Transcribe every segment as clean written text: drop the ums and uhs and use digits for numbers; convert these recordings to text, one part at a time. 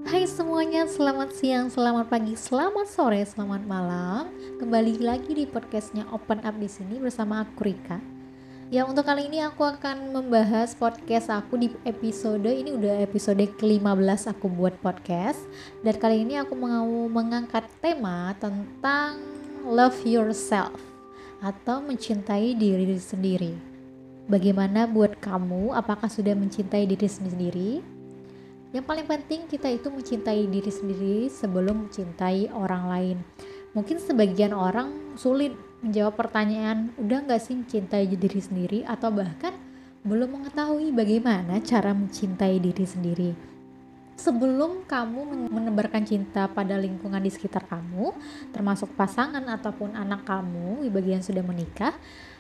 Hai semuanya, selamat siang, selamat pagi, selamat sore, selamat malam. Kembali lagi di podcastnya Open Up di sini bersama aku Rika. Ya, untuk kali ini aku akan membahas podcast aku di episode ini udah episode ke-15 aku buat podcast. Dan kali ini aku mau mengangkat tema tentang love yourself atau mencintai diri sendiri. Bagaimana buat kamu? Apakah sudah mencintai diri sendiri? Yang paling penting kita itu mencintai diri sendiri sebelum mencintai orang lain. Mungkin sebagian orang sulit menjawab pertanyaan, udah gak sih mencintai diri sendiri, atau bahkan belum mengetahui bagaimana cara mencintai diri sendiri. Sebelum kamu menebarkan cinta pada lingkungan di sekitar kamu, termasuk pasangan ataupun anak kamu bagi yang sudah menikah,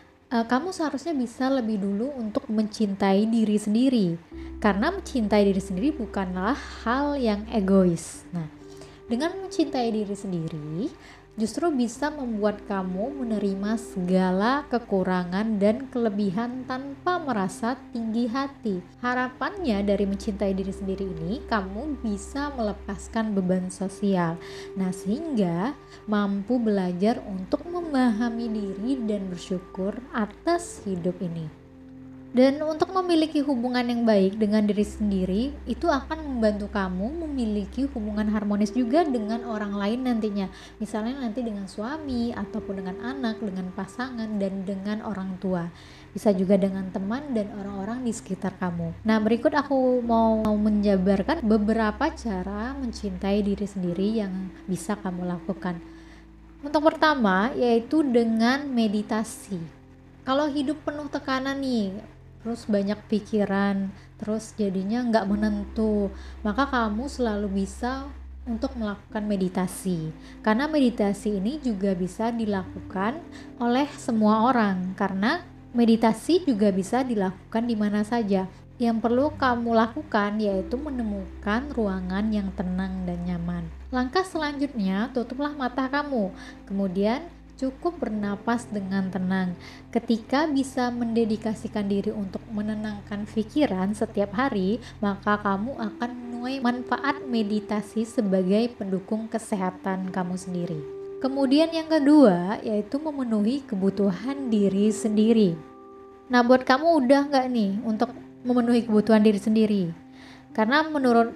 kamu seharusnya bisa lebih dulu untuk mencintai diri sendiri, karena mencintai diri sendiri bukanlah hal yang egois. Nah, dengan mencintai diri sendiri justru bisa membuat kamu menerima segala kekurangan dan kelebihan tanpa merasa tinggi hati. Harapannya dari mencintai diri sendiri ini, kamu bisa melepaskan beban sosial. Nah, sehingga mampu belajar untuk memahami diri dan bersyukur atas hidup ini. Dan untuk memiliki hubungan yang baik dengan diri sendiri, itu akan membantu kamu memiliki hubungan harmonis juga dengan orang lain nantinya. Misalnya nanti dengan suami, ataupun dengan anak, dengan pasangan, dan dengan orang tua. Bisa juga dengan teman dan orang-orang di sekitar kamu. Nah, berikut aku mau menjabarkan beberapa cara mencintai diri sendiri yang bisa kamu lakukan. Untuk pertama, yaitu dengan meditasi. Kalau hidup penuh tekanan nih, terus banyak pikiran, terus jadinya nggak menentu, maka kamu selalu bisa untuk melakukan meditasi. Karena meditasi ini juga bisa dilakukan oleh semua orang, karena meditasi juga bisa dilakukan di mana saja. Yang perlu kamu lakukan yaitu menemukan ruangan yang tenang dan nyaman. Langkah selanjutnya, tutuplah mata kamu. Kemudian cukup bernapas dengan tenang. Ketika bisa mendedikasikan diri untuk menenangkan pikiran setiap hari, maka kamu akan menuai manfaat meditasi sebagai pendukung kesehatan kamu sendiri. Kemudian yang kedua, yaitu memenuhi kebutuhan diri sendiri. Nah, buat kamu udah nggak nih untuk memenuhi kebutuhan diri sendiri? Karena menurut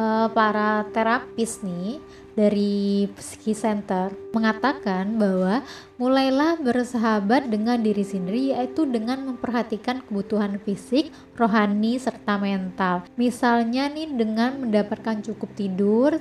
para terapis nih dari Psiki Center mengatakan bahwa mulailah bersahabat dengan diri sendiri, yaitu dengan memperhatikan kebutuhan fisik, rohani, serta mental. Misalnya nih dengan mendapatkan cukup tidur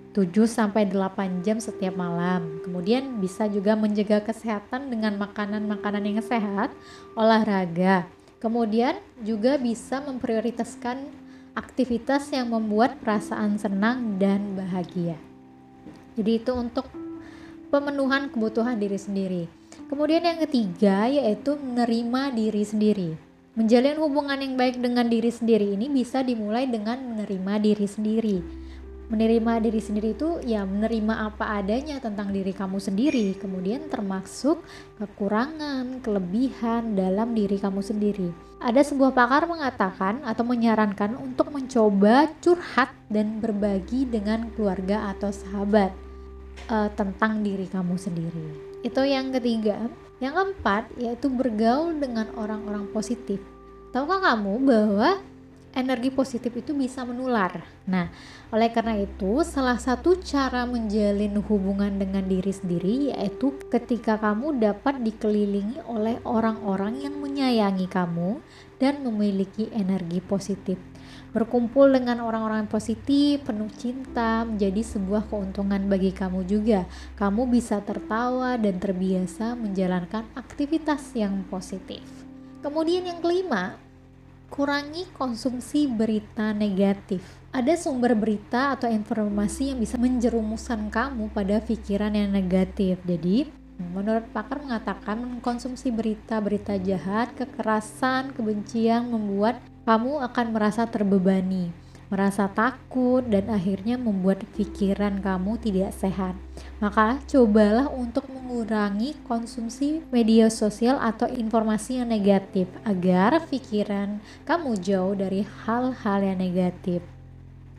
7-8 jam setiap malam. Kemudian bisa juga menjaga kesehatan dengan makanan-makanan yang sehat, olahraga. Kemudian juga bisa memprioritaskan aktivitas yang membuat perasaan senang dan bahagia. Jadi itu untuk pemenuhan kebutuhan diri sendiri. Kemudian yang ketiga yaitu menerima diri sendiri. Menjalin hubungan yang baik dengan diri sendiri ini bisa dimulai dengan menerima diri sendiri. Menerima diri sendiri itu ya menerima apa adanya tentang diri kamu sendiri, kemudian termasuk kekurangan, kelebihan dalam diri kamu sendiri. Ada sebuah pakar mengatakan atau menyarankan untuk mencoba curhat dan berbagi dengan keluarga atau sahabat tentang diri kamu sendiri. Itu yang ketiga. Yang keempat yaitu bergaul dengan orang-orang positif. Tahukah kamu bahwa energi positif itu bisa menular? Nah, oleh karena itu salah satu cara menjalin hubungan dengan diri sendiri yaitu ketika kamu dapat dikelilingi oleh orang-orang yang menyayangi kamu dan memiliki energi positif. Berkumpul dengan orang-orang positif, penuh cinta menjadi sebuah keuntungan bagi kamu juga. Kamu bisa tertawa dan terbiasa menjalankan aktivitas yang positif. Kemudian yang kelima, kurangi konsumsi berita negatif. Ada sumber berita atau informasi yang bisa menjerumuskan kamu pada pikiran yang negatif. Jadi, menurut pakar mengatakan mengkonsumsi berita-berita jahat, kekerasan, kebencian membuat kamu akan merasa terbebani, merasa takut, dan akhirnya membuat pikiran kamu tidak sehat. Maka cobalah untuk mengurangi konsumsi media sosial atau informasi yang negatif agar pikiran kamu jauh dari hal-hal yang negatif.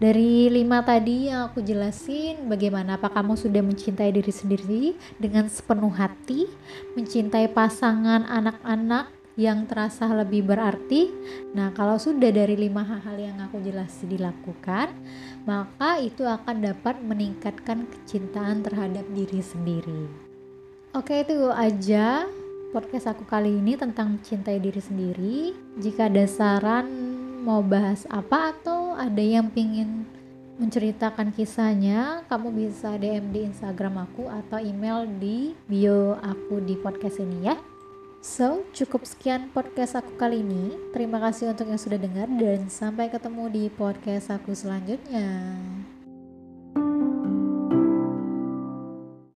Dari 5 tadi yang aku jelasin, bagaimana apa kamu sudah mencintai diri sendiri dengan sepenuh hati, mencintai pasangan, anak-anak yang terasa lebih berarti. Nah, kalau sudah dari 5 hal yang aku jelasin dilakukan, maka itu akan dapat meningkatkan kecintaan terhadap diri sendiri. Oke, itu aja podcast aku kali ini tentang mencintai diri sendiri. Jika ada saran mau bahas apa atau ada yang pingin menceritakan kisahnya, kamu bisa DM di Instagram aku atau email di bio aku di podcast ini ya. So, cukup sekian podcast aku kali ini. Terima kasih untuk yang sudah dengar dan sampai ketemu di podcast aku selanjutnya.